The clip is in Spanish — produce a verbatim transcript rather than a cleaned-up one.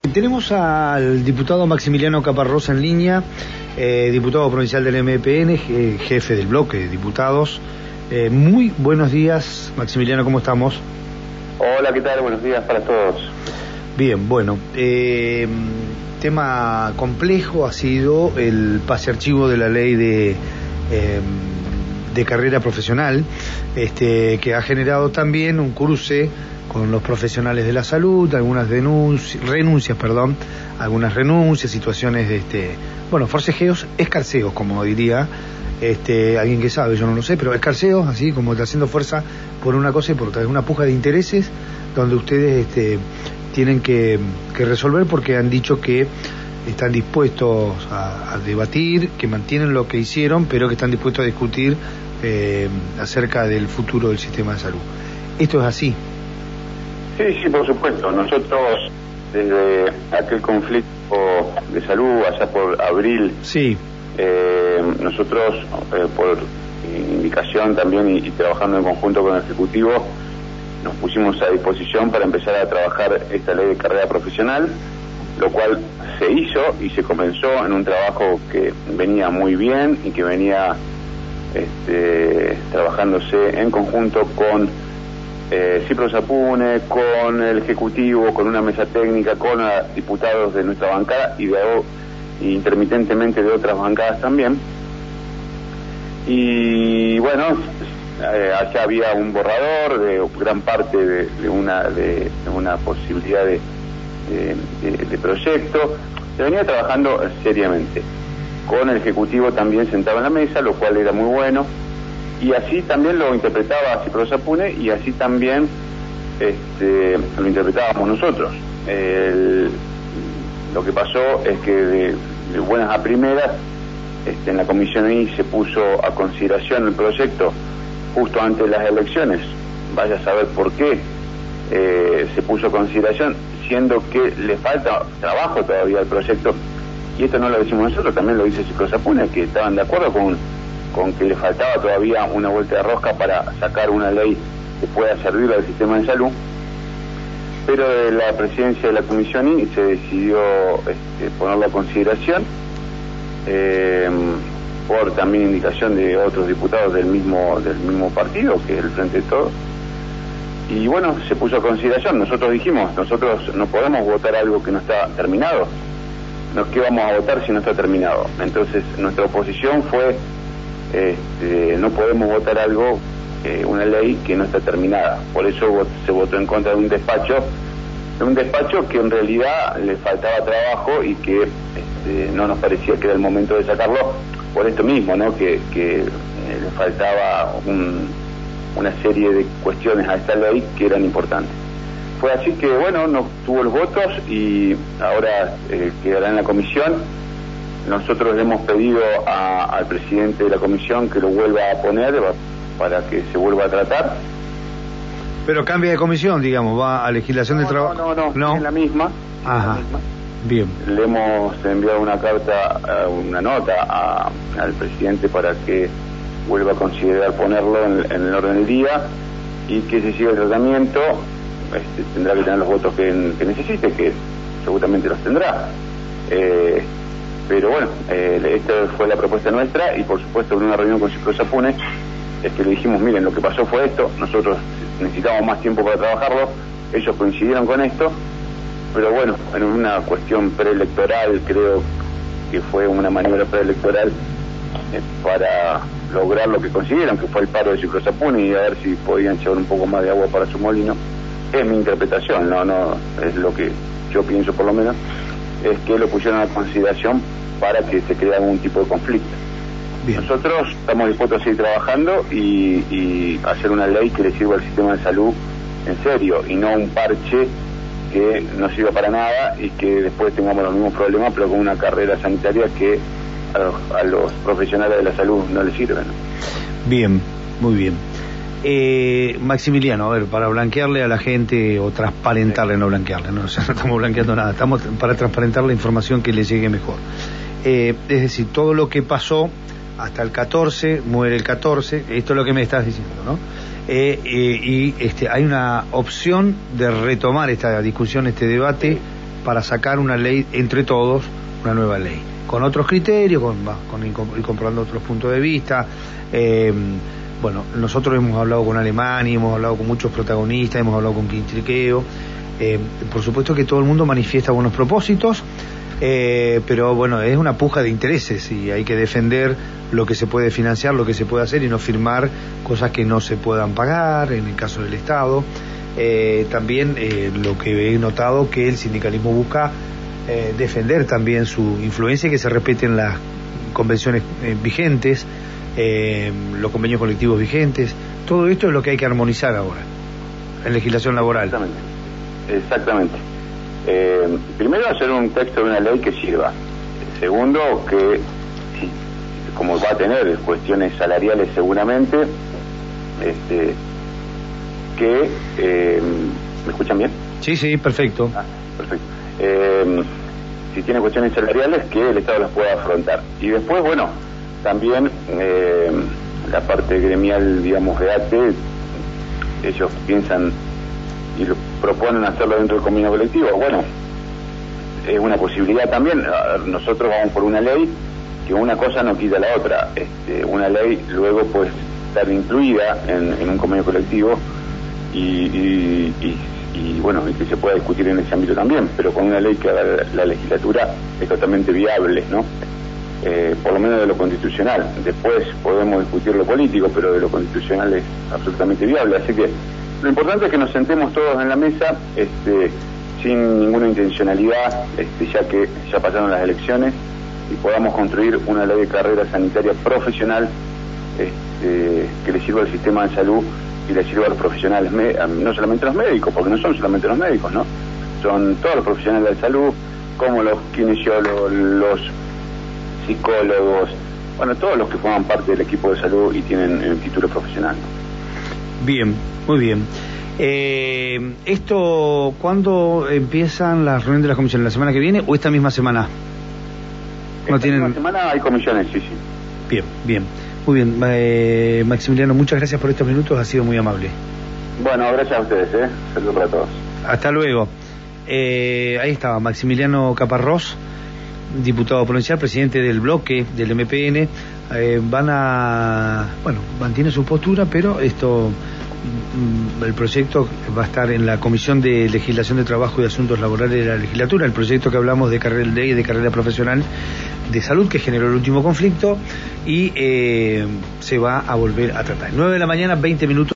Tenemos al diputado Maximiliano Caparrós en línea, eh, diputado provincial del M P N, je, jefe del bloque de diputados. Eh, muy buenos días, Maximiliano, ¿cómo estamos? Hola, ¿qué tal? Buenos días para todos. Bien, bueno, eh, tema complejo ha sido el pase archivo de la ley de, eh, de carrera profesional, este, que ha generado también un cruce con los profesionales de la salud, algunas denuncias, renuncias, perdón, algunas renuncias, situaciones de, este, bueno, forcejeos, escarceos, como diría este, alguien que sabe, yo no lo sé, pero escarceos, así como haciendo fuerza por una cosa y por otra, es una puja de intereses donde ustedes este, tienen que, que resolver, porque han dicho que están dispuestos a, a debatir, que mantienen lo que hicieron, pero que están dispuestos a discutir eh, acerca del futuro del sistema de salud. ¿Esto es así? Sí, sí, por supuesto. Nosotros, desde aquel conflicto de salud, allá por abril, sí. eh, nosotros, eh, por indicación también y, y trabajando en conjunto con el Ejecutivo, nos pusimos a disposición para empezar a trabajar esta ley de carrera profesional, lo cual se hizo y se comenzó en un trabajo que venía muy bien y que venía este, trabajándose en conjunto con Eh, Cipro-Sapune, con el Ejecutivo, con una mesa técnica, con uh, diputados de nuestra bancada y de y intermitentemente de otras bancadas también. Y bueno, eh, allá había un borrador de gran parte de, de una de, de una posibilidad de, de, de, de proyecto. Se venía trabajando seriamente, con el Ejecutivo también sentado en la mesa, lo cual era muy bueno. Y así también lo interpretaba Cipro-Sapune y así también este, lo interpretábamos nosotros. El, lo que pasó es que de, de buenas a primeras este, en la Comisión I se puso a consideración el proyecto justo antes de las elecciones. Vaya a saber por qué eh, se puso a consideración, siendo que le falta trabajo todavía al proyecto. Y esto no lo decimos nosotros, también lo dice Cipro-Sapune, que estaban de acuerdo con con que le faltaba todavía una vuelta de rosca para sacar una ley que pueda servir al sistema de salud. Pero de la presidencia de la Comisión I se decidió este, ponerlo a consideración eh, por también indicación de otros diputados del mismo del mismo partido, que es el Frente de Todos. Y bueno, se puso a consideración. Nosotros dijimos, nosotros no podemos votar algo que no está terminado. No, ¿qué vamos a votar si no está terminado? Entonces nuestra oposición fue Este, no podemos votar algo, eh, una ley que no está terminada. Por eso se votó en contra de un despacho, de un despacho que en realidad le faltaba trabajo y que este, no nos parecía que era el momento de sacarlo, por esto mismo, ¿no? Que, que eh, le faltaba un, una serie de cuestiones a esta ley que eran importantes. Fue así que, bueno, no tuvo los votos y ahora eh, quedará en la comisión. Nosotros le hemos pedido a, al presidente de la comisión que lo vuelva a poner para que se vuelva a tratar. Pero cambia de comisión, digamos, va a legislación no, de trabajo. No, no, no, no, es la misma. Ajá. La misma. Bien. Le hemos enviado una carta, una nota a, al presidente para que vuelva a considerar ponerlo en, en el orden del día y que se siga el tratamiento. Este, tendrá que tener los votos que, que necesite, que seguramente los tendrá. Eh, Pero bueno, eh, esta fue la propuesta nuestra y por supuesto en una reunión con Cipro-Sapune es que le dijimos, miren, lo que pasó fue esto, nosotros necesitamos más tiempo para trabajarlo, ellos coincidieron con esto, pero bueno, en una cuestión preelectoral, creo que fue una maniobra preelectoral eh, para lograr lo que consiguieron, que fue el paro de Cipro-Sapune y a ver si podían llevar un poco más de agua para su molino. Es mi interpretación, no, no es lo que yo pienso por lo menos, es que lo pusieron a consideración para que se crea algún tipo de conflicto. Bien. Nosotros estamos dispuestos a seguir trabajando y, y hacer una ley que le sirva al sistema de salud en serio y no un parche que no sirva para nada y que después tengamos los mismos problemas pero con una carrera sanitaria que a los, a los profesionales de la salud no les sirve, ¿no? Bien, muy bien. Eh, Maximiliano, a ver, para blanquearle a la gente o transparentarle, no blanquearle, no, o sea, no estamos blanqueando nada, estamos para transparentar la información que le llegue mejor. Eh, es decir, todo lo que pasó hasta el catorce, muere el catorce, esto es lo que me estás diciendo, ¿no? Eh, eh, y este, hay una opción de retomar esta discusión, este debate para sacar una ley entre todos, una nueva ley, con otros criterios, con, con ir comprobando otros puntos de vista. Eh, bueno, nosotros hemos hablado con Alemania, hemos hablado con muchos protagonistas, hemos hablado con Quintriqueo. Eh, por supuesto que todo el mundo manifiesta buenos propósitos, eh, pero bueno, es una puja de intereses y hay que defender lo que se puede financiar, lo que se puede hacer y no firmar cosas que no se puedan pagar, en el caso del Estado. Eh, también eh, lo que he notado que el sindicalismo busca eh, defender también su influencia y que se respeten las convenciones eh, vigentes, eh, los convenios colectivos vigentes. Todo esto es lo que hay que armonizar ahora en legislación laboral. Exactamente. Exactamente. Eh, primero, hacer un texto de una ley que sirva. Segundo, que sí, como va a tener cuestiones salariales seguramente, este, que eh, ¿me escuchan bien? Sí, sí, perfecto. Ah, perfecto. Eh, si tiene cuestiones salariales, que el Estado las pueda afrontar. Y después, bueno, también eh, la parte gremial, digamos, de A T E, ellos piensan y lo proponen hacerlo dentro del convenio colectivo. Bueno, es una posibilidad también. Nosotros vamos por una ley que una cosa no quita la otra. Este, una ley luego puede estar incluida en, en un convenio colectivo y, y, y, y bueno, y que se pueda discutir en ese ámbito también, pero con una ley que haga la, la legislatura es totalmente viable, ¿no? Eh, por lo menos de lo constitucional. Después podemos discutir lo político, pero de lo constitucional es absolutamente viable. Así que lo importante es que nos sentemos todos en la mesa, este, sin ninguna intencionalidad, este, ya que ya pasaron las elecciones, y podamos construir una ley de carrera sanitaria profesional este, que le sirva al sistema de salud y le sirva a los profesionales, no solamente los médicos, porque no son solamente los médicos, ¿no? Son todos los profesionales de la salud, como los kinesiólogos, los psicólogos, bueno, todos los que forman parte del equipo de salud y tienen el título profesional, ¿no? Bien, muy bien. Eh, ¿Esto cuándo empiezan las reuniones de las comisiones? ¿La semana que viene o esta misma semana? ¿No esta tienen... misma semana hay comisiones, sí, sí. Bien, bien. Muy bien. Eh, Maximiliano, muchas gracias por estos minutos, ha sido muy amable. Bueno, gracias a ustedes, ¿eh? Saludos para todos. Hasta luego. Eh, ahí estaba Maximiliano Caparrós, diputado provincial, presidente del bloque del M P N. Eh, van a, bueno, mantiene su postura, pero esto, mm, el proyecto va a estar en la Comisión de Legislación de Trabajo y Asuntos Laborales de la Legislatura, el proyecto que hablamos de carrera ley de carrera profesional de salud que generó el último conflicto y eh, se va a volver a tratar. nueve de la mañana, veinte minutos.